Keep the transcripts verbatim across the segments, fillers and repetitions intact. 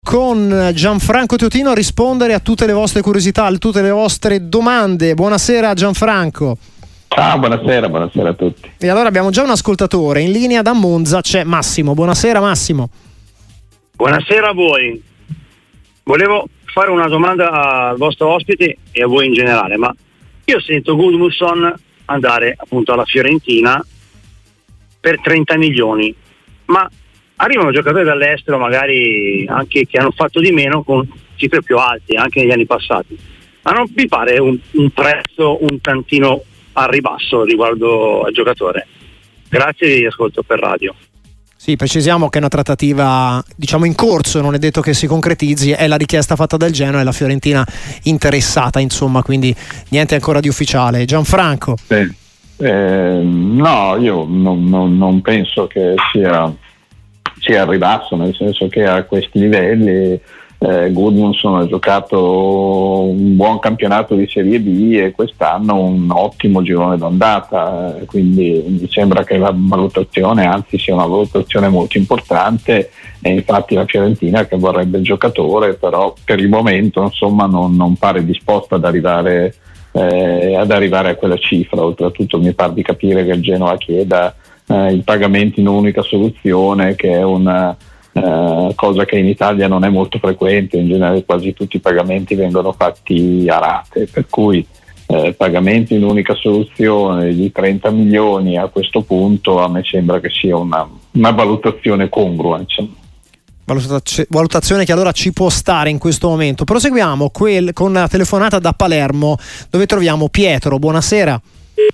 Con Gianfranco Teotino a rispondere a tutte le vostre curiosità, a tutte le vostre domande. Buonasera Gianfranco. Ciao, buonasera, buonasera a tutti. E allora abbiamo già un ascoltatore in linea da Monza, c'è Massimo. Buonasera Massimo. Buonasera a voi. Volevo fare una domanda al vostro ospite e a voi in generale, ma io sento Gudmundsson andare appunto alla Fiorentina per trenta milioni, ma arrivano giocatori dall'estero magari anche che hanno fatto di meno con cifre più alte anche negli anni passati, ma non vi pare un, un prezzo un tantino al ribasso riguardo al giocatore? Grazie, vi ascolto per radio. Sì, precisiamo che è una trattativa diciamo in corso, non è detto che si concretizzi, è la richiesta fatta dal Genoa e la Fiorentina interessata, insomma, quindi niente ancora di ufficiale. Gianfranco. Sì. Eh, no, io non, non, non penso che sia sia al ribasso, nel senso che a questi livelli eh, Gudmundsson ha giocato un buon campionato di Serie B e quest'anno un ottimo girone d'andata, eh, quindi mi sembra che la valutazione anzi sia una valutazione molto importante, e infatti la Fiorentina che vorrebbe il giocatore, però per il momento insomma non, non pare disposta ad arrivare, eh, ad arrivare a quella cifra. Oltretutto mi pare di capire che il Genoa chieda Eh, il pagamento in un'unica soluzione, che è una eh, cosa che in Italia non è molto frequente. In genere quasi tutti i pagamenti vengono fatti a rate, per cui eh, pagamenti in un'unica soluzione di trenta milioni a questo punto a me sembra che sia una, una valutazione congrua, insomma. Valutazione che allora ci può stare in questo momento. Proseguiamo quel, con la telefonata da Palermo, dove troviamo Pietro. Buonasera.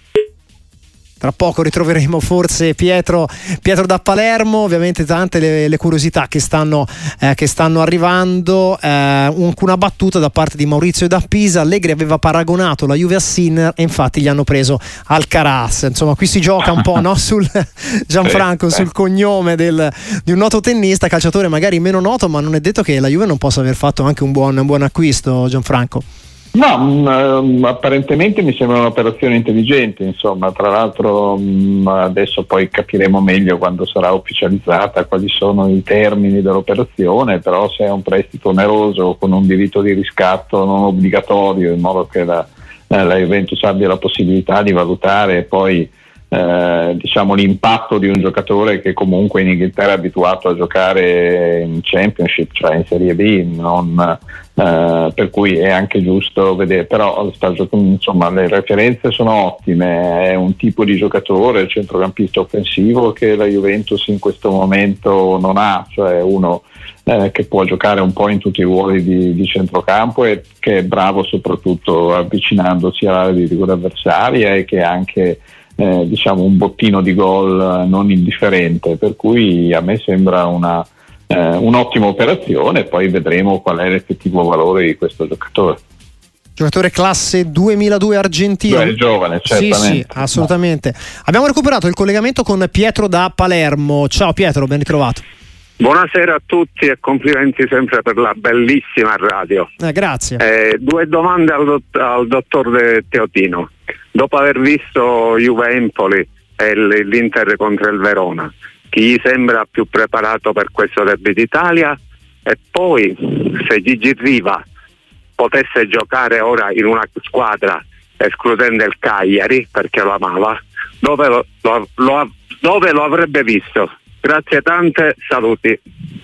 Tra poco ritroveremo forse Pietro, Pietro da Palermo. Ovviamente tante le, le curiosità che stanno, eh, che stanno arrivando. Eh, un, una battuta da parte di Maurizio da Pisa: Allegri aveva paragonato la Juve a Sinner e infatti gli hanno preso Alcaraz. Insomma, qui si gioca un po', no? sul Gianfranco, sul cognome del, di un noto tennista, calciatore magari meno noto, ma non è detto che la Juve non possa aver fatto anche un buon, un buon acquisto, Gianfranco. No, mh, apparentemente mi sembra un'operazione intelligente, insomma. Tra l'altro mh, adesso poi capiremo meglio quando sarà ufficializzata quali sono i termini dell'operazione, però se è un prestito oneroso con un diritto di riscatto non obbligatorio, in modo che la, eh, la Juventus abbia la possibilità di valutare poi eh, diciamo l'impatto di un giocatore che comunque in Inghilterra è abituato a giocare in Championship, cioè in Serie B, non Uh, per cui è anche giusto vedere. Però sta giocando, insomma, le referenze sono ottime, è un tipo di giocatore, centrocampista offensivo, che la Juventus in questo momento non ha, cioè uno eh, che può giocare un po' in tutti i ruoli di, di centrocampo e che è bravo soprattutto avvicinandosi all'area di rigore avversaria, e che ha anche eh, diciamo un bottino di gol non indifferente, per cui a me sembra una Eh, un'ottima operazione. Poi vedremo qual è l'effettivo valore di questo giocatore. Giocatore classe duemiladue argentino. È giovane, certamente. Sì, sì, assolutamente. Abbiamo recuperato il collegamento con Pietro da Palermo. Ciao Pietro, ben ritrovato. Buonasera a tutti e complimenti sempre per la bellissima radio. Eh, grazie. Eh, due domande al, dott- al dottor De Teotino. Dopo aver visto Juve-Empoli e l'Inter contro il Verona, chi gli sembra più preparato per questo derby d'Italia? E poi, se Gigi Riva potesse giocare ora in una squadra, escludendo il Cagliari perché lo amava, dove lo, lo, lo, dove lo avrebbe visto? Grazie tante, saluti.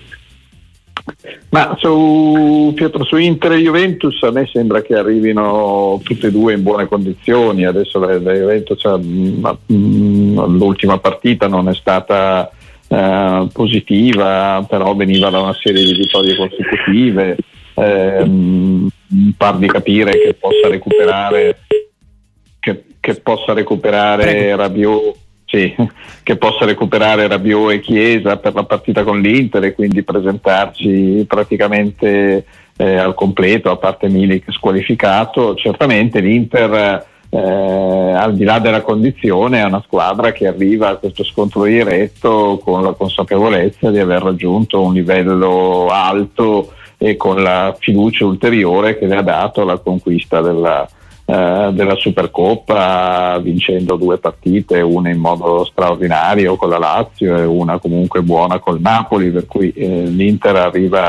Ma su Pietro, su Inter e Juventus a me sembra che arrivino tutte e due in buone condizioni. Adesso la, la Juventus ma, mh, l'ultima partita non è stata uh, positiva, però veniva da una serie di vittorie consecutive. Eh, mh, par di capire che possa recuperare che, che possa recuperare Rabiot. Sì, che possa recuperare Rabiot e Chiesa per la partita con l'Inter e quindi presentarci praticamente eh, al completo, a parte Milik squalificato. Certamente l'Inter eh, al di là della condizione è una squadra che arriva a questo scontro diretto con la consapevolezza di aver raggiunto un livello alto e con la fiducia ulteriore che le ha dato la conquista della Uh, della Supercoppa, vincendo due partite, una in modo straordinario con la Lazio e una comunque buona col Napoli, per cui eh, l'Inter arriva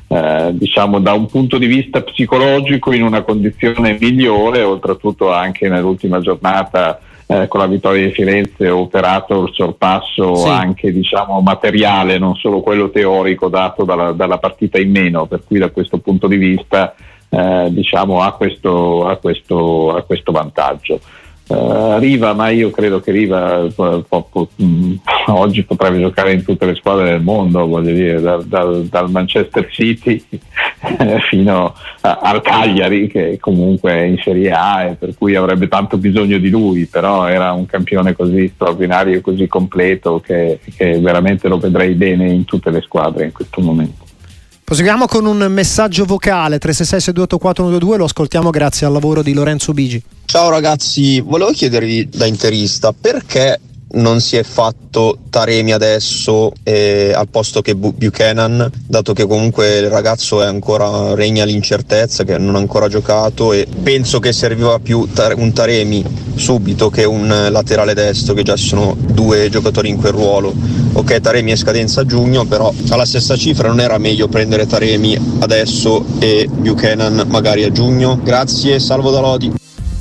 eh, diciamo da un punto di vista psicologico in una condizione migliore, oltretutto anche nell'ultima giornata eh, con la vittoria di Firenze ha operato il sorpasso sì. anche diciamo materiale, non solo quello teorico dato dalla, dalla partita in meno, per cui da questo punto di vista eh, diciamo ha questo, ha questo, ha questo vantaggio. Uh, Riva, ma io credo che Riva po, po, po, mh, oggi potrebbe giocare in tutte le squadre del mondo, voglio dire, da, da, dal Manchester City eh, fino a, al Cagliari, che comunque è in Serie A e per cui avrebbe tanto bisogno di lui, però era un campione così straordinario e così completo che, che veramente lo vedrei bene in tutte le squadre in questo momento. Proseguiamo con un messaggio vocale tre sei sei sei due otto quattro uno due due, lo ascoltiamo grazie al lavoro di Lorenzo Bigi. Ciao ragazzi, volevo chiedervi da interista perché non si è fatto Taremi adesso eh, al posto che Bu- Buchanan, dato che comunque il ragazzo è ancora regna l'incertezza, che non ha ancora giocato, e penso che serviva più tar- un Taremi subito che un laterale destro, che già ci sono due giocatori in quel ruolo. Ok, Taremi è scadenza a giugno, però alla stessa cifra non era meglio prendere Taremi adesso e Buchanan magari a giugno? Grazie, salvo da Lodi.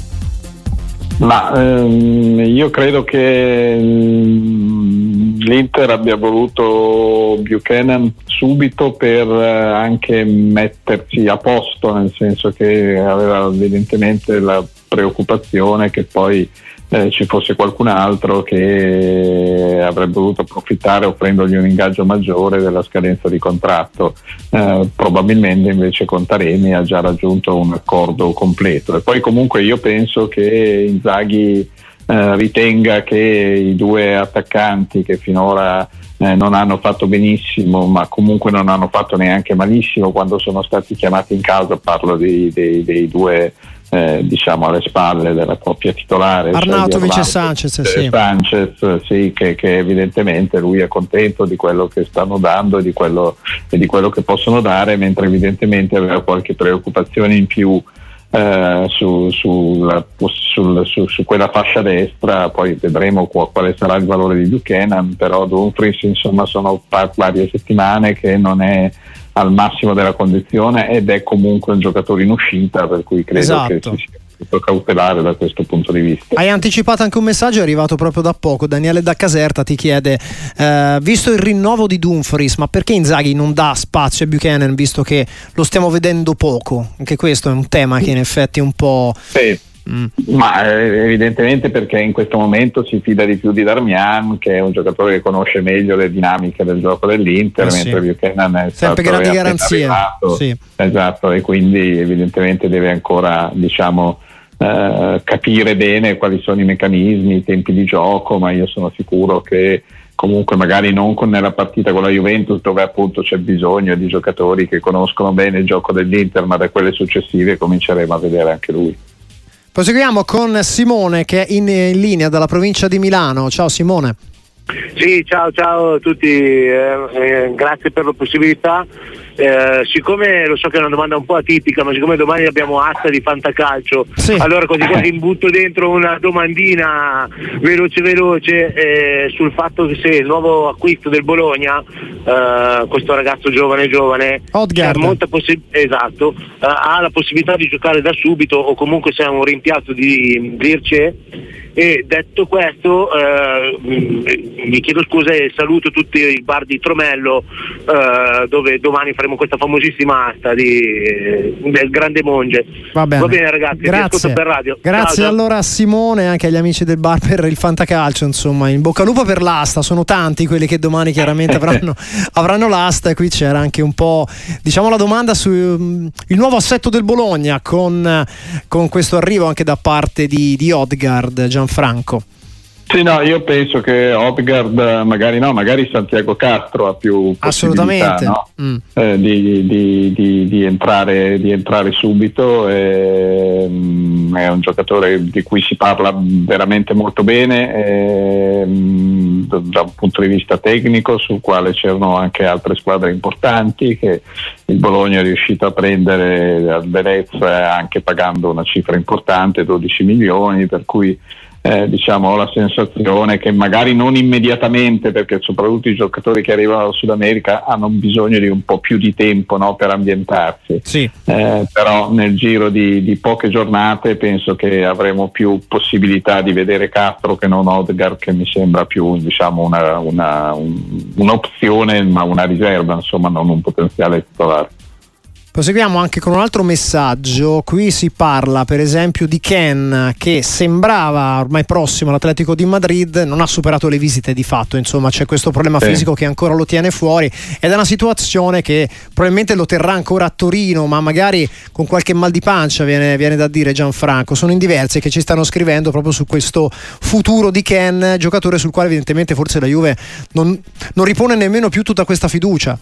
Ma ehm, io credo che ehm, l'Inter abbia voluto Buchanan subito per eh, anche mettersi a posto, nel senso che aveva evidentemente la preoccupazione che poi eh, ci fosse qualcun altro che avrebbe voluto approfittare offrendogli un ingaggio maggiore della scadenza di contratto. Eh, probabilmente invece con Taremi ha già raggiunto un accordo completo, e poi comunque io penso che Inzaghi eh, ritenga che i due attaccanti che finora eh, non hanno fatto benissimo, ma comunque non hanno fatto neanche malissimo quando sono stati chiamati in causa, parlo dei, dei, dei due Eh, diciamo alle spalle della coppia titolare, Arnautovic cioè e Sanchez, sì. Sanchez sì, che, che evidentemente lui è contento di quello che stanno dando e di quello, e di quello che possono dare, mentre evidentemente aveva qualche preoccupazione in più eh, su, su, la, sul, su, su quella fascia destra. Poi vedremo qual, quale sarà il valore di Buchanan, però Dumfries insomma sono par- varie settimane che non è al massimo della condizione ed è comunque un giocatore in uscita, per cui credo esatto. che si sia tutto cautelare da questo punto di vista. Hai anticipato anche un messaggio, è arrivato proprio da poco. Daniele da Caserta ti chiede eh, visto il rinnovo di Dumfries, ma perché Inzaghi non dà spazio a Buchanan visto che lo stiamo vedendo poco? Anche questo è un tema che in effetti è un po' sì. Mm. Ma evidentemente perché in questo momento si fida di più di Darmian, che è un giocatore che conosce meglio le dinamiche del gioco dell'Inter, eh sì. mentre Buchanan è sempre stato grandi garanzie, sì. Esatto, e quindi evidentemente deve ancora diciamo eh, capire bene quali sono i meccanismi, i tempi di gioco, ma io sono sicuro che comunque magari non con nella partita con la Juventus, dove appunto c'è bisogno di giocatori che conoscono bene il gioco dell'Inter, ma da quelle successive cominceremo a vedere anche lui. Proseguiamo con Simone che è in, in linea dalla provincia di Milano. Ciao Simone. Sì, ciao ciao a tutti, eh, eh, grazie per la possibilità. Eh, siccome lo so che è una domanda un po' atipica, ma siccome domani abbiamo asta di fantacalcio, sì. allora così così butto dentro una domandina veloce veloce eh, sul fatto che se il nuovo acquisto del Bologna, eh, questo ragazzo giovane giovane ha molta possi- esatto, eh, ha la possibilità di giocare da subito o comunque se è un rimpiazzo di Zirce. E detto questo, eh, vi chiedo scusa e saluto tutti i bar di Tromello, eh, dove domani faremo questa famosissima asta di, del Grande Monge. Va bene, Va bene ragazzi, grazie. per radio. Grazie ciao, ciao. Allora a Simone e anche agli amici del bar per il fantacalcio, insomma, in bocca al lupo per l'asta. Sono tanti quelli che domani chiaramente avranno, avranno l'asta, e qui c'era anche un po', diciamo, la domanda sul um, nuovo assetto del Bologna con, con questo arrivo anche da parte di, di Odegaard. Franco. Sì, no, io penso che Odegaard magari no, magari Santiago Castro ha più possibilità, assolutamente no? mm. eh, di, di, di, di, entrare, di entrare subito. E, mm, è un giocatore di cui si parla veramente molto bene e, mm, da un punto di vista tecnico, sul quale c'erano anche altre squadre importanti che il Bologna è riuscito a prendere al Venezia anche pagando una cifra importante, dodici milioni, per cui eh, diciamo, ho la sensazione che magari non immediatamente, perché soprattutto i giocatori che arrivano dal Sud America hanno bisogno di un po' più di tempo, no, per ambientarsi, sì. eh, però nel giro di, di poche giornate penso che avremo più possibilità di vedere Castro che non Odegaard, che mi sembra più, diciamo, una, una, un, un'opzione ma una riserva, insomma, non un potenziale titolare. Proseguiamo anche con un altro messaggio. Qui si parla per esempio di Ken, che sembrava ormai prossimo all'Atletico di Madrid, non ha superato le visite di fatto, insomma c'è questo problema sì. fisico che ancora lo tiene fuori, ed è una situazione che probabilmente lo terrà ancora a Torino, ma magari con qualche mal di pancia, viene, viene da dire Gianfranco. Sono in diversi che ci stanno scrivendo proprio su questo futuro di Ken, giocatore sul quale evidentemente forse la Juve non, non ripone nemmeno più tutta questa fiducia.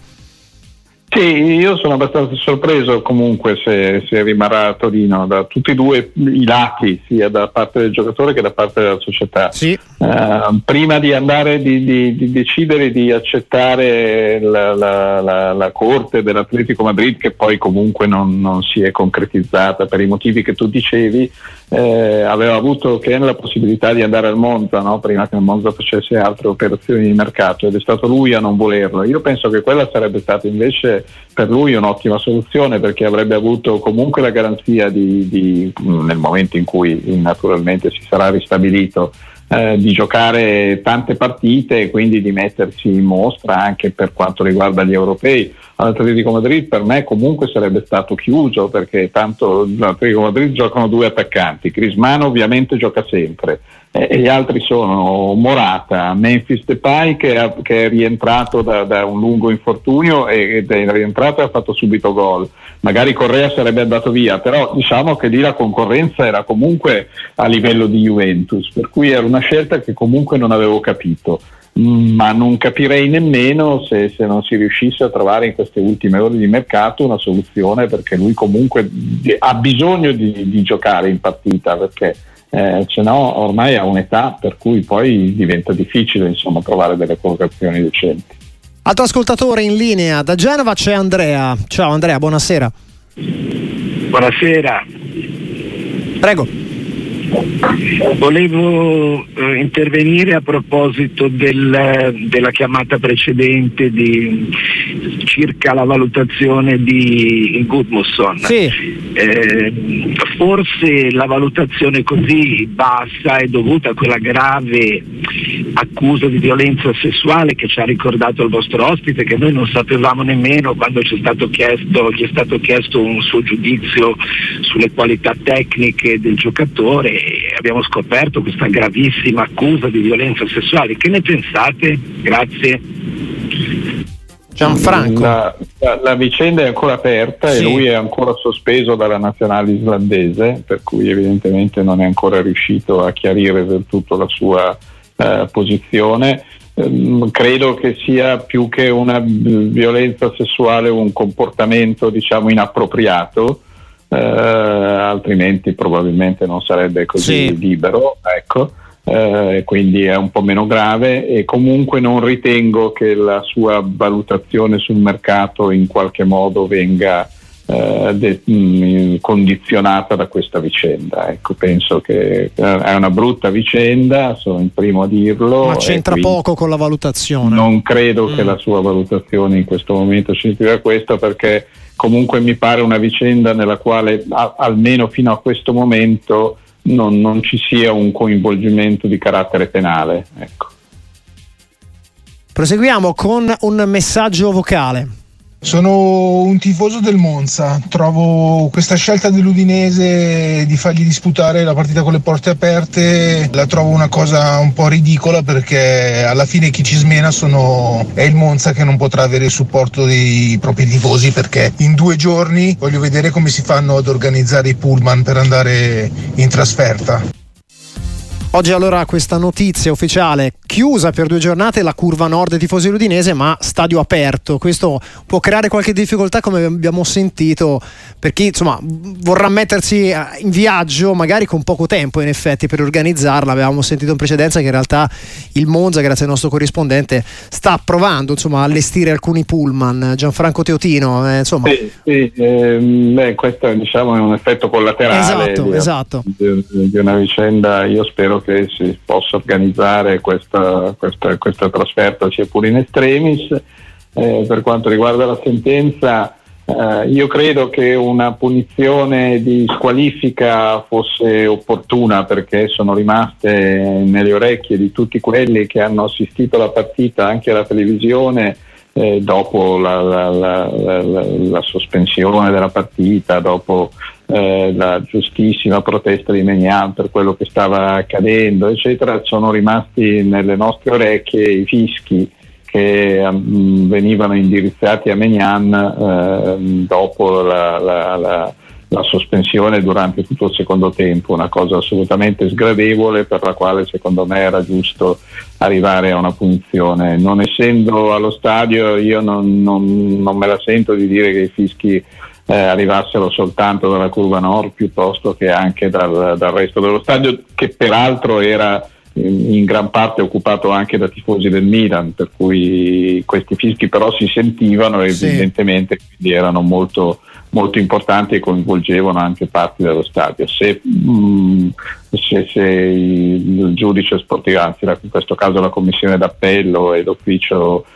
Sì, io sono abbastanza sorpreso comunque se, se rimarrà a Torino, da tutti e due i lati, sia da parte del giocatore che da parte della società. Sì. Uh, prima di andare di, di, di decidere di accettare la, la, la, la corte dell'Atletico Madrid, che poi comunque non, non si è concretizzata per i motivi che tu dicevi, eh, aveva avuto Ken la possibilità di andare al Monza, no? Prima che il Monza facesse altre operazioni di mercato, ed è stato lui a non volerlo. Io penso che quella sarebbe stata invece per lui un'ottima soluzione, perché avrebbe avuto comunque la garanzia di, di nel momento in cui naturalmente si sarà ristabilito, eh, di giocare tante partite e quindi di mettersi in mostra anche per quanto riguarda gli europei. All'Atletico Madrid per me comunque sarebbe stato chiuso, perché tanto l'Atletico Madrid giocano due attaccanti, Griezmann ovviamente gioca sempre, e gli altri sono Morata, Memphis Depay che, ha, che è rientrato da, da un lungo infortunio ed è rientrato e ha fatto subito gol. Magari Correa sarebbe andato via, però diciamo che lì la concorrenza era comunque a livello di Juventus, per cui era una scelta che comunque non avevo capito, ma non capirei nemmeno se, se non si riuscisse a trovare in queste ultime ore di mercato una soluzione, perché lui comunque ha bisogno di, di giocare in partita, perché Eh, se no ormai ha un'età per cui poi diventa difficile, insomma, trovare delle collocazioni decenti. Altro ascoltatore in linea da Genova c'è Andrea. Ciao Andrea, buonasera. Buonasera. Prego. Volevo eh, intervenire a proposito del, della chiamata precedente di, circa la valutazione di Gudmundsson. Sì. Eh, forse la valutazione così bassa è dovuta a quella grave accusa di violenza sessuale che ci ha ricordato il vostro ospite, che noi non sapevamo nemmeno quando ci è stato chiesto, gli è stato chiesto un suo giudizio sulle qualità tecniche del giocatore, e abbiamo scoperto questa gravissima accusa di violenza sessuale. Che ne pensate? Grazie. Gianfranco. La, la, la vicenda è ancora aperta, sì. E lui è ancora sospeso dalla nazionale islandese, per cui evidentemente non è ancora riuscito a chiarire del tutto la sua eh, posizione. Um, credo che sia più che una violenza sessuale un comportamento, diciamo, inappropriato, eh, altrimenti probabilmente non sarebbe così sì. libero, ecco. Eh, quindi è un po' meno grave, e comunque non ritengo che la sua valutazione sul mercato in qualche modo venga eh, de- mh, condizionata da questa vicenda. Ecco, penso che è una brutta vicenda, sono il primo a dirlo. Ma c'entra poco con la valutazione. Non credo mm. che la sua valutazione in questo momento significa questo, perché comunque mi pare una vicenda nella quale a- almeno fino a questo momento Non, non ci sia un coinvolgimento di carattere penale, ecco. Proseguiamo con un messaggio vocale. Sono un tifoso del Monza, trovo questa scelta dell'Udinese di fargli disputare la partita con le porte aperte, la trovo una cosa un po' ridicola, perché alla fine chi ci smena sono, è il Monza, che non potrà avere il supporto dei propri tifosi, perché in due giorni voglio vedere come si fanno ad organizzare i pullman per andare in trasferta. Oggi allora questa notizia ufficiale: chiusa per due giornate la curva nord dei tifosi dell'Udinese, ma stadio aperto. Questo può creare qualche difficoltà, come abbiamo sentito, per chi insomma vorrà mettersi in viaggio magari con poco tempo, in effetti, per organizzarla. Avevamo sentito in precedenza che in realtà il Monza, grazie al nostro corrispondente, sta provando insomma a allestire alcuni pullman. Gianfranco Teotino, eh, insomma sì, sì, eh, beh, questo diciamo è un effetto collaterale esatto, di, esatto. Di, di una vicenda. Io spero che che si possa organizzare questa, questa, questa trasferta sia pure in extremis. Eh, per quanto riguarda la sentenza, eh, io credo che una punizione di squalifica fosse opportuna, perché sono rimaste nelle orecchie di tutti quelli che hanno assistito alla partita anche alla televisione eh, dopo la, la, la, la, la, la sospensione della partita, dopo eh, la giustissima protesta di Maignan per quello che stava accadendo, eccetera. Sono rimasti nelle nostre orecchie i fischi che um, venivano indirizzati a Maignan eh, dopo la, la, la, la sospensione durante tutto il secondo tempo, una cosa assolutamente sgradevole per la quale secondo me era giusto arrivare a una punizione. Non essendo allo stadio, io non, non, non me la sento di dire che i fischi eh, arrivassero soltanto dalla curva nord piuttosto che anche dal, dal resto dello stadio, che peraltro era in gran parte occupato anche da tifosi del Milan, per cui questi fischi però si sentivano e sì, evidentemente quindi erano molto, molto importanti e coinvolgevano anche parti dello stadio. Se, mh, se, se il giudice sportivo, anzi in questo caso la commissione d'appello e l'ufficio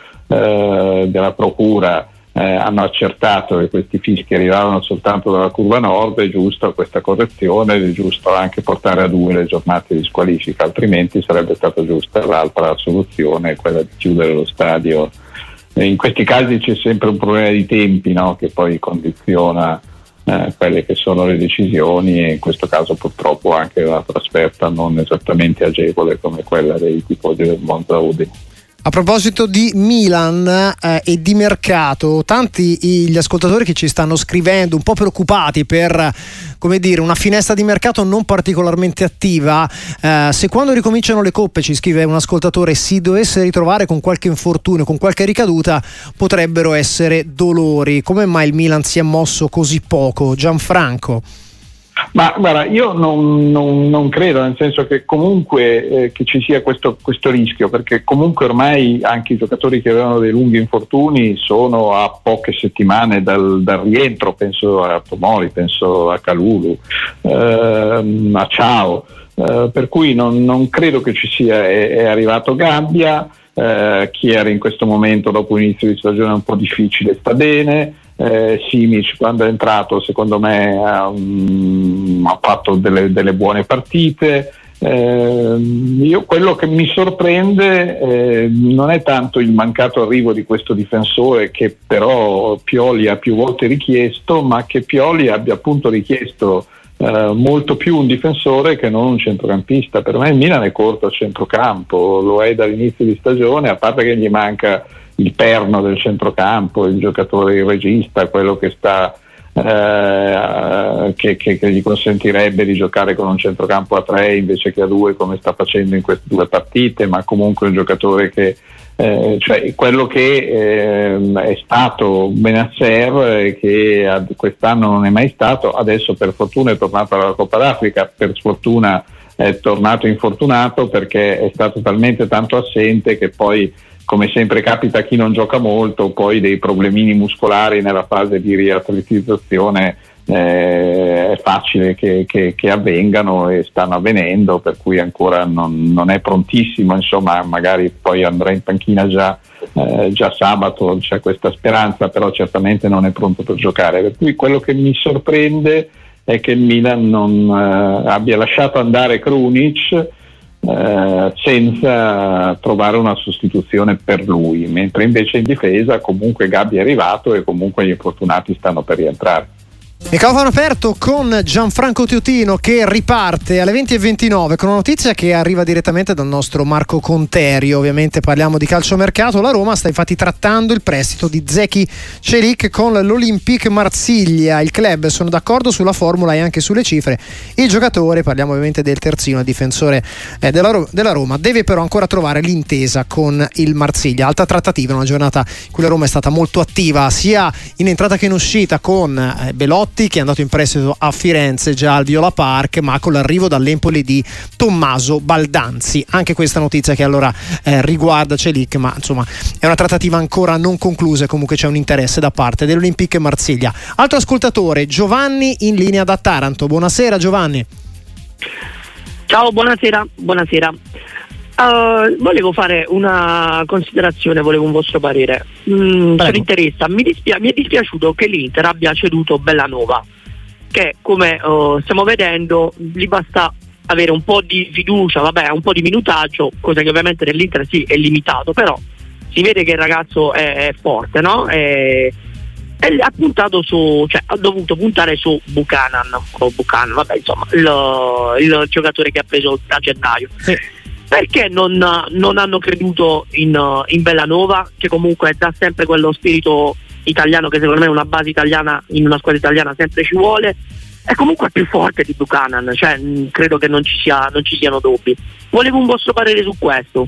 eh, della procura Eh, hanno accertato che questi fischi arrivavano soltanto dalla curva nord, è giusto questa correzione, è giusto anche portare a due le giornate di squalifica, altrimenti sarebbe stata giusta l'altra soluzione, quella di chiudere lo stadio. E in questi casi c'è sempre un problema di tempi, no? Che poi condiziona eh, quelle che sono le decisioni, e in questo caso purtroppo anche la trasferta non esattamente agevole come quella dei tifosi del Monza Udine. A proposito di Milan eh, e di mercato, tanti gli ascoltatori che ci stanno scrivendo un po' preoccupati per, come dire, una finestra di mercato non particolarmente attiva. Eh, se quando ricominciano le coppe, ci scrive un ascoltatore, si dovesse ritrovare con qualche infortunio, con qualche ricaduta, potrebbero essere dolori. Come mai il Milan si è mosso così poco? Gianfranco? Ma guarda, io non, non, non credo, nel senso che comunque eh, che ci sia questo, questo rischio, perché comunque ormai anche i giocatori che avevano dei lunghi infortuni sono a poche settimane dal, dal rientro, penso a Tomori, penso a Kalulu, ehm, a Ciao, eh, per cui non, non credo che ci sia. È, è arrivato Gabbia, eh, Chier in questo momento dopo l'inizio di stagione un po' difficile sta bene. Eh, Simic quando è entrato secondo me um, ha fatto delle, delle buone partite. Eh, io quello che mi sorprende eh, non è tanto il mancato arrivo di questo difensore, che però Pioli ha più volte richiesto, ma che Pioli abbia appunto richiesto eh, molto più un difensore che non un centrocampista. Per me il Milan è corto a centrocampo, lo è dall'inizio di stagione, a parte che gli manca il perno del centrocampo, il giocatore, il regista, quello che sta eh, che, che, che gli consentirebbe di giocare con un centrocampo a tre invece che a due, come sta facendo in queste due partite, ma comunque un giocatore che eh, cioè quello che eh, è stato Benasser e che ad, quest'anno non è mai stato, adesso per fortuna è tornato alla Coppa d'Africa, per sfortuna è tornato infortunato perché è stato talmente tanto assente che poi, come sempre capita a chi non gioca molto, poi dei problemini muscolari nella fase di riatletizzazione eh, è facile che, che, che avvengano e stanno avvenendo, per cui ancora non, non è prontissimo, insomma magari poi andrà in panchina già, eh, già sabato, c'è questa speranza, però certamente non è pronto per giocare, per cui quello che mi sorprende è che il Milan non eh, abbia lasciato andare Krunic Eh, senza trovare una sostituzione per lui, mentre invece in difesa comunque Gabbi è arrivato e comunque gli infortunati stanno per rientrare. Microfono aperto con Gianfranco Teotino che riparte alle venti e ventinove con una notizia che arriva direttamente dal nostro Marco Conterio. Ovviamente parliamo di calciomercato. La Roma sta infatti trattando il prestito di Zeki Celik con l'Olympique Marsiglia. Il club sono d'accordo sulla formula e anche sulle cifre. Il giocatore, parliamo ovviamente del terzino, difensore eh, della, Ro- della Roma, deve però ancora trovare l'intesa con il Marsiglia. Alta trattativa, una giornata in cui la Roma è stata molto attiva sia in entrata che in uscita con eh, Belotti, che è andato in prestito a Firenze già al Viola Park, ma con l'arrivo dall'Empoli di Tommaso Baldanzi. Anche questa notizia che allora eh, riguarda Celik, ma insomma è una trattativa ancora non conclusa e comunque c'è un interesse da parte dell'Olympique Marsiglia. Altro ascoltatore, Giovanni in linea da Taranto. Buonasera Giovanni. Ciao, buonasera, buonasera. Uh, volevo fare una considerazione, volevo un vostro parere. Mm, sono interista. Mi, dispia- mi è dispiaciuto che l'Inter abbia ceduto Bellanova, che come uh, stiamo vedendo gli basta avere un po' di fiducia, vabbè, un po' di minutaggio, cosa che ovviamente nell'Inter sì è limitato, però si vede che il ragazzo è, è forte, no? E, e ha puntato su, cioè ha dovuto puntare su Buchanan o Buchanan, vabbè, insomma, il, il giocatore che ha preso a gennaio. Sì. Perché non, non hanno creduto in, in Bellanova, che comunque dà sempre quello spirito italiano che secondo me una base italiana in una squadra italiana sempre ci vuole, è comunque più forte di Buchanan, cioè mh, credo che non ci sia, non ci siano dubbi. Volevo un vostro parere su questo.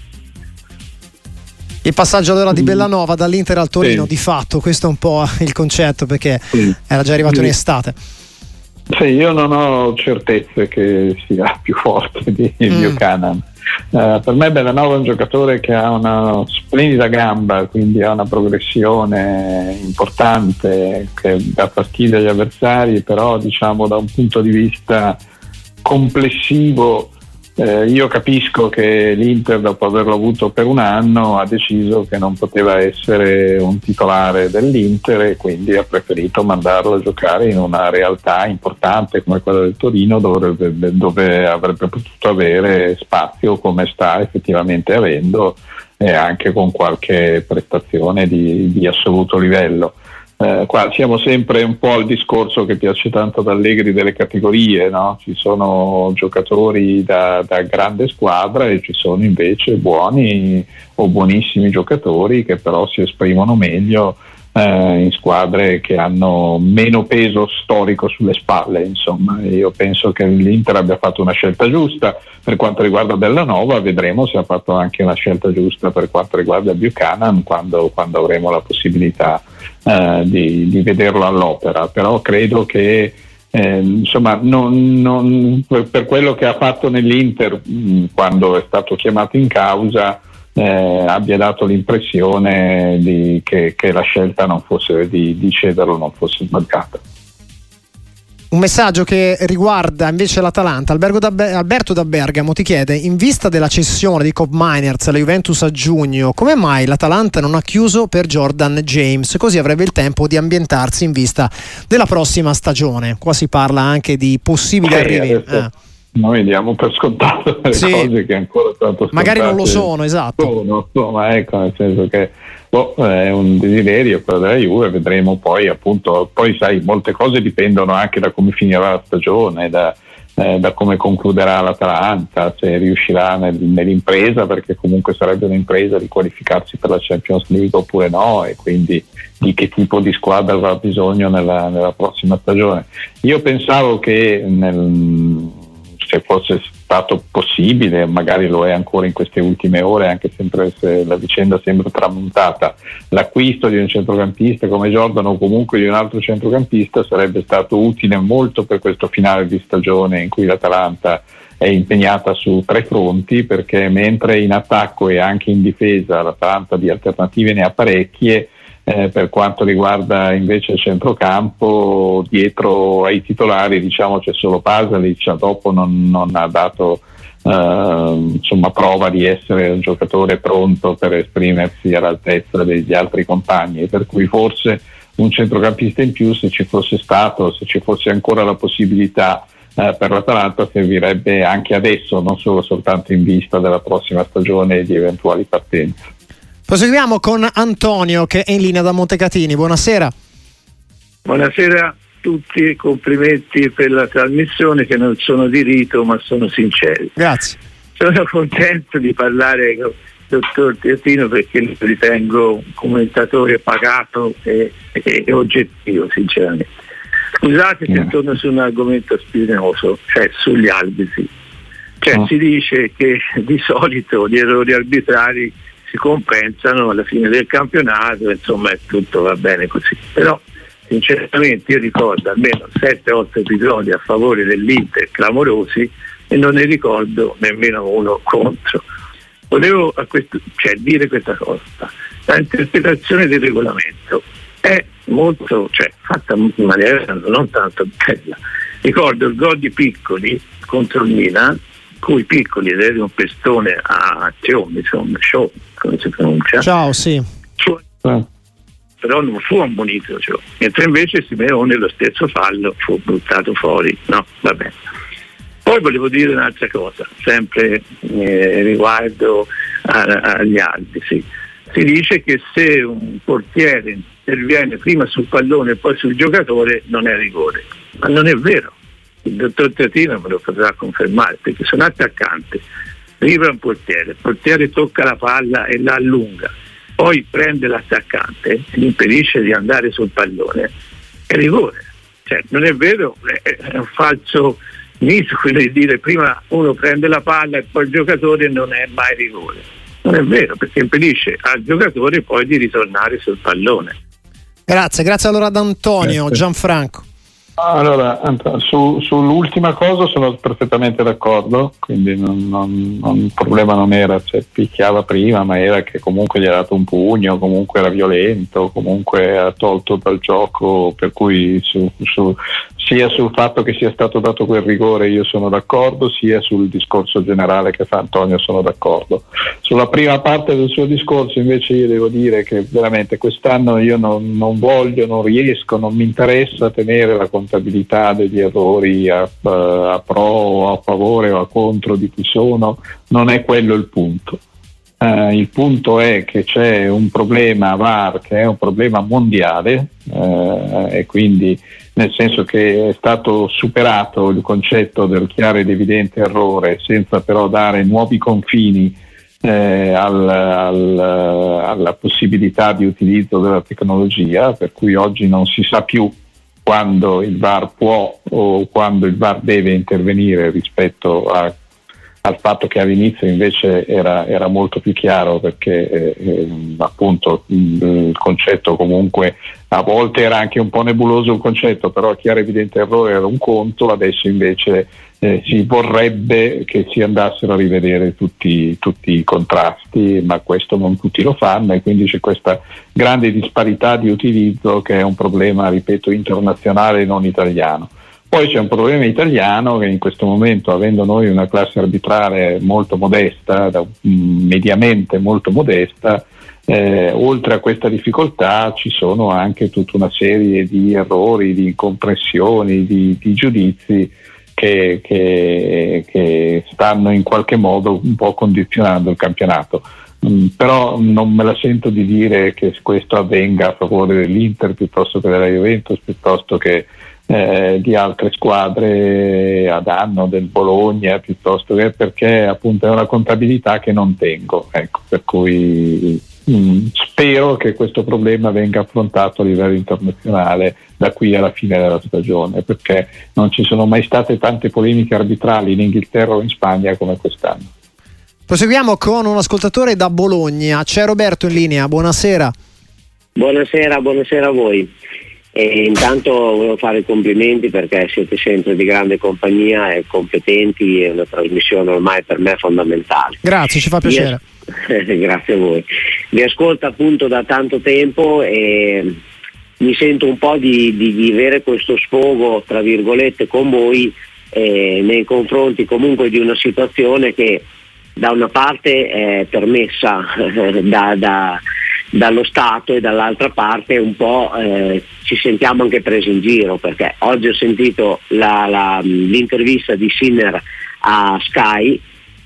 Il passaggio allora di Bellanova dall'Inter al Torino, sì. Di fatto questo è un po' il concetto, perché sì. Era già arrivato sì. in estate. Sì, io non ho certezze che sia più forte di mm. Buchanan. Uh, per me Bellanova è un giocatore che ha una splendida gamba, quindi ha una progressione importante che dà fastidio agli avversari, però diciamo da un punto di vista complessivo eh, io capisco che l'Inter, dopo averlo avuto per un anno, ha deciso che non poteva essere un titolare dell'Inter e quindi ha preferito mandarlo a giocare in una realtà importante come quella del Torino, dove, dove avrebbe potuto avere spazio come sta effettivamente avendo, e anche con qualche prestazione di, di assoluto livello. Eh, qua siamo sempre un po' al discorso che piace tanto ad Allegri delle categorie, no? Ci sono giocatori da, da grande squadra e ci sono invece buoni o buonissimi giocatori che però si esprimono meglio eh, in squadre che hanno meno peso storico sulle spalle. Insomma, io penso che l'Inter abbia fatto una scelta giusta per quanto riguarda Bellanova, vedremo se ha fatto anche una scelta giusta per quanto riguarda Buchanan quando, quando avremo la possibilità Uh, di, di vederlo all'opera, però credo che eh, insomma non, non, per quello che ha fatto nell'Inter mh, quando è stato chiamato in causa eh, abbia dato l'impressione di, che, che la scelta non fosse di, di cederlo non fosse sbagliata. Un messaggio che riguarda invece l'Atalanta. Alberto da Bergamo ti chiede: in vista della cessione di Kob Meiners alla Juventus a giugno, come mai l'Atalanta non ha chiuso per Jordan James? Così avrebbe il tempo di ambientarsi in vista della prossima stagione. Qua si parla anche di possibili eh, arrivi. Eh. Noi diamo per scontato le sì. cose che ancora tanto scontate magari non lo sono, esatto. Sono, no, ma ecco, nel senso che boh, è un desiderio quello della Juve, vedremo poi appunto, poi sai, molte cose dipendono anche da come finirà la stagione, da, eh, da come concluderà l'Atalanta, se riuscirà nel, nell'impresa, perché comunque sarebbe un'impresa di qualificarsi per la Champions League oppure no, e quindi di che tipo di squadra avrà bisogno nella, nella prossima stagione. Io pensavo che nel se fosse stato possibile, magari lo è ancora in queste ultime ore, anche sempre se la vicenda sembra tramontata, l'acquisto di un centrocampista come Jordan o comunque di un altro centrocampista sarebbe stato utile molto per questo finale di stagione in cui l'Atalanta è impegnata su tre fronti, perché mentre in attacco e anche in difesa l'Atalanta di alternative ne ha parecchie, Eh, per quanto riguarda invece il centrocampo, dietro ai titolari diciamo c'è solo Pasalic, dopo non, non ha dato eh, insomma prova di essere un giocatore pronto per esprimersi all'altezza degli altri compagni, per cui forse un centrocampista in più, se ci fosse stato, se ci fosse ancora la possibilità eh, per l'Atalanta, servirebbe anche adesso, non solo soltanto in vista della prossima stagione e di eventuali partenze. Proseguiamo con Antonio che è in linea da Montecatini. Buonasera. Buonasera a tutti, complimenti per la trasmissione, che non sono di rito ma sono sinceri. Grazie. Sono contento di parlare con il dottor Teotino perché lo ritengo un commentatore pagato e, e, e oggettivo, sinceramente. Scusate se mm. torno su un argomento spinoso, cioè sugli arbitri. Cioè mm. si dice che di solito gli errori arbitrari si compensano alla fine del campionato, insomma tutto va bene così, però sinceramente io ricordo almeno sette otto episodi a favore dell'Inter clamorosi e non ne ricordo nemmeno uno contro. Volevo a questo, cioè, dire questa cosa: la interpretazione del regolamento è molto, cioè, fatta in maniera non tanto bella. Ricordo il gol di Piccoli contro il Milan, cui piccoli ed era un pestone a azione, insomma, show, come si pronuncia. Ciao, sì. Fu, però non fu ammonito, cioè. Mentre invece Simeone lo stesso fallo fu buttato fuori. No, va bene. Poi volevo dire un'altra cosa, sempre eh, riguardo a, a, agli altri. Sì. Si dice che se un portiere interviene prima sul pallone e poi sul giocatore non è rigore, ma non è vero. Il dottor Teotino me lo potrà confermare, perché sono attaccante, arriva un portiere, il portiere tocca la palla e la allunga, poi prende l'attaccante e gli impedisce di andare sul pallone, è rigore. Cioè, non è vero, è un falso mito quello di dire prima uno prende la palla e poi il giocatore, non è mai rigore. Non è vero, perché impedisce al giocatore poi di ritornare sul pallone. Grazie, grazie allora ad Antonio. Grazie. Gianfranco. Allora, su, sull'ultima cosa sono perfettamente d'accordo, quindi non, non, non, il problema non era se picchiava prima, ma era che comunque gli ha dato un pugno, comunque era violento, comunque ha tolto dal gioco, per cui su, su, sia sul fatto che sia stato dato quel rigore io sono d'accordo, sia sul discorso generale che fa Antonio sono d'accordo. Sulla prima parte del suo discorso invece io devo dire che veramente quest'anno io non, non voglio, non riesco, non mi interessa tenere la contabilità degli errori a, a pro o a favore o a contro di chi sono, non è quello il punto. Uh, il punto è che c'è un problema V A R che è un problema mondiale uh, e quindi nel senso che è stato superato il concetto del chiaro ed evidente errore senza però dare nuovi confini eh, al, al, alla possibilità di utilizzo della tecnologia, per cui oggi non si sa più quando il V A R può o quando il V A R deve intervenire rispetto a, al fatto che all'inizio invece era, era molto più chiaro, perché eh, eh, appunto il, il concetto comunque a volte era anche un po' nebuloso il concetto, però chiaro evidente errore era un conto, adesso invece eh, si vorrebbe che si andassero a rivedere tutti, tutti i contrasti, ma questo non tutti lo fanno e quindi c'è questa grande disparità di utilizzo che è un problema, ripeto, internazionale e non italiano. Poi c'è un problema italiano che in questo momento, avendo noi una classe arbitrale molto modesta, da, mediamente molto modesta, eh, oltre a questa difficoltà ci sono anche tutta una serie di errori, di incompressioni, di, di giudizi che, che, che stanno in qualche modo un po' condizionando il campionato. Mm, però non me la sento di dire che questo avvenga a favore dell'Inter piuttosto che della Juventus, piuttosto che Eh, di altre squadre a danno del Bologna, piuttosto che perché appunto è una contabilità che non tengo, ecco, per cui mh, spero che questo problema venga affrontato a livello internazionale da qui alla fine della stagione, perché non ci sono mai state tante polemiche arbitrali in Inghilterra o in Spagna come quest'anno. Proseguiamo con un ascoltatore da Bologna, c'è Roberto in linea, buonasera. Buonasera, buonasera a voi. E intanto volevo fare i complimenti perché siete sempre di grande compagnia e competenti, è una trasmissione ormai per me fondamentale. Grazie, ci fa piacere. Io, grazie a voi. Vi ascolto appunto da tanto tempo e mi sento un po' di, di, di avere questo sfogo tra virgolette con voi eh, nei confronti comunque di una situazione che da una parte è permessa eh, da, da dallo Stato e dall'altra parte un po' eh, ci sentiamo anche presi in giro, perché oggi ho sentito la, la, l'intervista di Sinner a Sky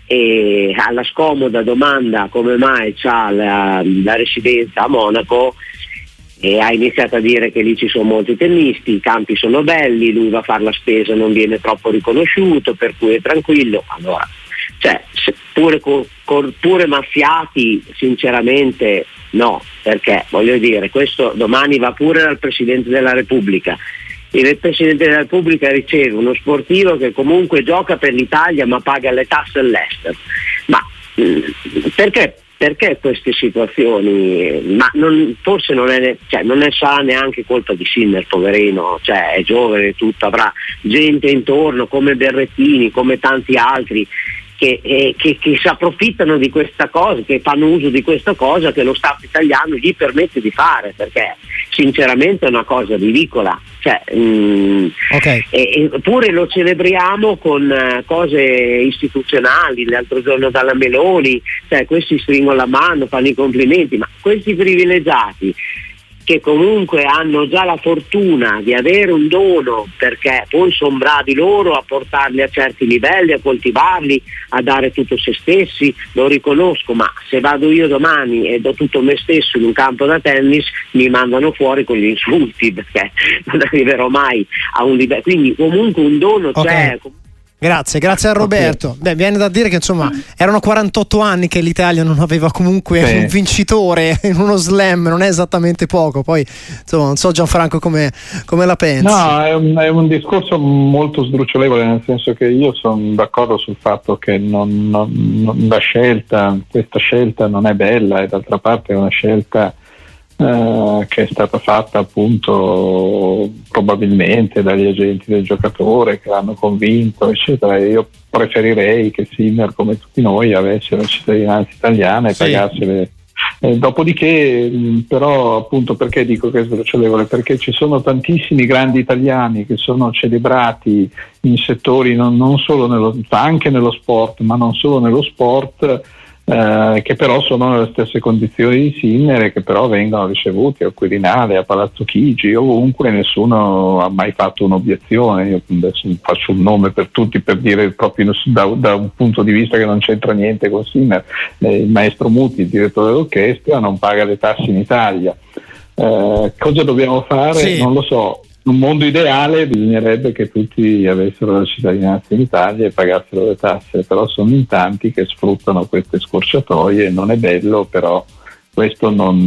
e alla scomoda domanda come mai c'ha la, la residenza a Monaco e ha iniziato a dire che lì ci sono molti tennisti, i campi sono belli, lui va a fare la spesa, non viene troppo riconosciuto, per cui è tranquillo. Allora, cioè, pure, pure mazziati sinceramente no, perché voglio dire, questo domani va pure dal Presidente della Repubblica. Il Presidente della Repubblica riceve uno sportivo che comunque gioca per l'Italia ma paga le tasse all'estero. Ma mh, perché, perché queste situazioni? Ma non, forse non è, cioè, non è sarà neanche colpa di Sinner, poverino, cioè è giovane e tutto, avrà gente intorno come Berrettini, come tanti altri che, eh, che, che si approfittano di questa cosa, che fanno uso di questa cosa che lo Stato italiano gli permette di fare, perché sinceramente è una cosa ridicola. Cioè, mh, okay. e, eppure lo celebriamo con uh, cose istituzionali. L'altro giorno dalla Meloni, cioè, questi stringono la mano, fanno i complimenti, ma questi privilegiati che comunque hanno già la fortuna di avere un dono, perché poi sono bravi loro a portarli a certi livelli, a coltivarli, a dare tutto se stessi, lo riconosco, ma se vado io domani e do tutto me stesso in un campo da tennis mi mandano fuori con gli insulti, perché non arriverò mai a un livello, quindi comunque un dono okay. c'è. Grazie, grazie a Roberto. Okay. Beh, viene da dire che insomma erano quarantotto anni che l'Italia non aveva comunque sì. un vincitore in uno slam, non è esattamente poco. Poi insomma non so Gianfranco come, come la pensi. No, è un, è un discorso molto sdrucciolevole, nel senso che io sono d'accordo sul fatto che non, non, non, la scelta, questa scelta non è bella, e d'altra parte è una scelta Uh, che è stata fatta appunto probabilmente dagli agenti del giocatore che l'hanno convinto eccetera. Io preferirei che Sinner, come tutti noi, avesse la cittadinanza italiana e sì. pagasse le eh, dopodiché mh, però appunto perché dico che è sdrucciolevole, perché ci sono tantissimi grandi italiani che sono celebrati in settori non, non solo nello, anche nello sport, ma non solo nello sport, Eh, che però sono nelle stesse condizioni di Sinner e che però vengono ricevuti al Quirinale, a Palazzo Chigi, ovunque, nessuno ha mai fatto un'obiezione. Io adesso faccio un nome per tutti per dire proprio da, da un punto di vista che non c'entra niente con Sinner, eh, il maestro Muti, il direttore dell'orchestra, non paga le tasse in Italia. Eh, cosa dobbiamo fare? Sì. Non lo so. In un mondo ideale bisognerebbe che tutti avessero la cittadinanza in Italia e pagassero le tasse, però sono in tanti che sfruttano queste scorciatoie, non è bello, però questo non,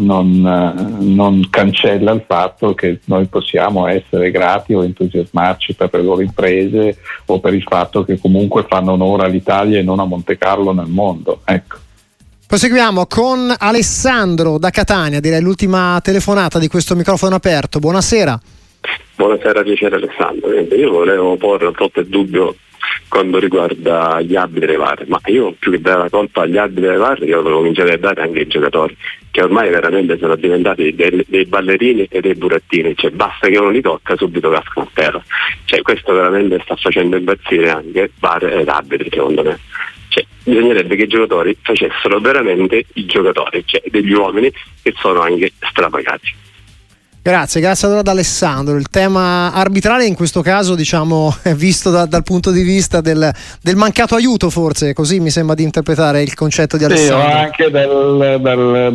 non, non cancella il fatto che noi possiamo essere grati o entusiasmarci per le loro imprese o per il fatto che comunque fanno onore all'Italia e non a Monte Carlo nel mondo. Ecco. Proseguiamo con Alessandro da Catania, direi l'ultima telefonata di questo microfono aperto. Buonasera. Buonasera, piacere Alessandro. Io volevo porre qualche dubbio quando riguarda gli arbitri e V A R, ma io più che dare la colpa agli arbitri e V A R io volevo cominciare a dare anche ai giocatori, che ormai veramente sono diventati dei, dei ballerini e dei burattini, cioè basta che uno li tocca subito cascano a terra, cioè questo veramente sta facendo impazzire anche V A R ed arbitri, secondo me. Cioè, bisognerebbe che i giocatori facessero veramente i giocatori, cioè degli uomini che sono anche strapagati. Grazie, grazie allora ad Alessandro. Il tema arbitrale in questo caso, diciamo, è visto da, dal punto di vista del, del mancato aiuto, forse, così mi sembra di interpretare il concetto di Alessandro. Sì, o anche del, del,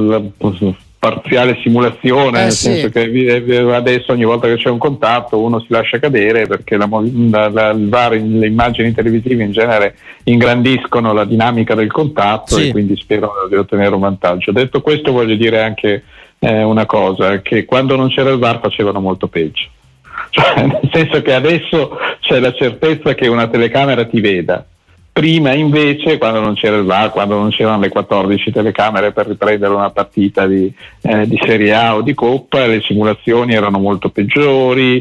del parziale simulazione, eh, nel sì. senso che adesso ogni volta che c'è un contatto uno si lascia cadere perché la, la, la, il V A R, le immagini televisive in genere ingrandiscono la dinamica del contatto sì. e quindi sperano di ottenere un vantaggio. Detto questo, voglio dire anche eh, una cosa, che quando non c'era il V A R facevano molto peggio, cioè, nel senso che adesso c'è la certezza che una telecamera ti veda. Prima invece, quando non c'era il V A R, quando non c'erano le quattordici telecamere per riprendere una partita di, eh, di Serie A o di Coppa, le simulazioni erano molto peggiori,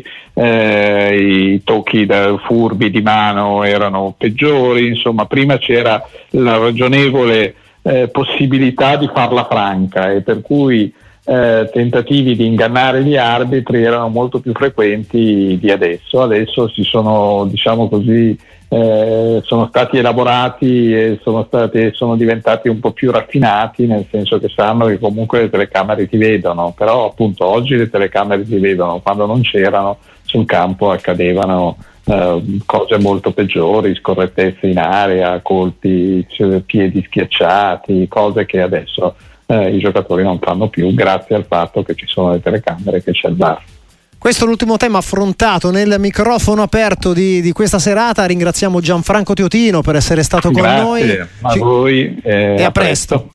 eh, i tocchi da furbi di mano erano peggiori, insomma prima c'era la ragionevole eh, possibilità di farla franca e per cui eh, tentativi di ingannare gli arbitri erano molto più frequenti di adesso. Adesso si sono, diciamo così, Eh, sono stati elaborati e sono, stati, sono diventati un po' più raffinati, nel senso che sanno che comunque le telecamere ti vedono, però appunto oggi le telecamere ti vedono, quando non c'erano sul campo accadevano eh, cose molto peggiori, scorrettezze in area, colpi, cioè, piedi schiacciati, cose che adesso eh, i giocatori non fanno più grazie al fatto che ci sono le telecamere, che c'è il V A R. Questo è l'ultimo tema affrontato nel microfono aperto di, di questa serata. Ringraziamo Gianfranco Teotino per essere stato con Grazie noi. a voi eh, e a presto. presto.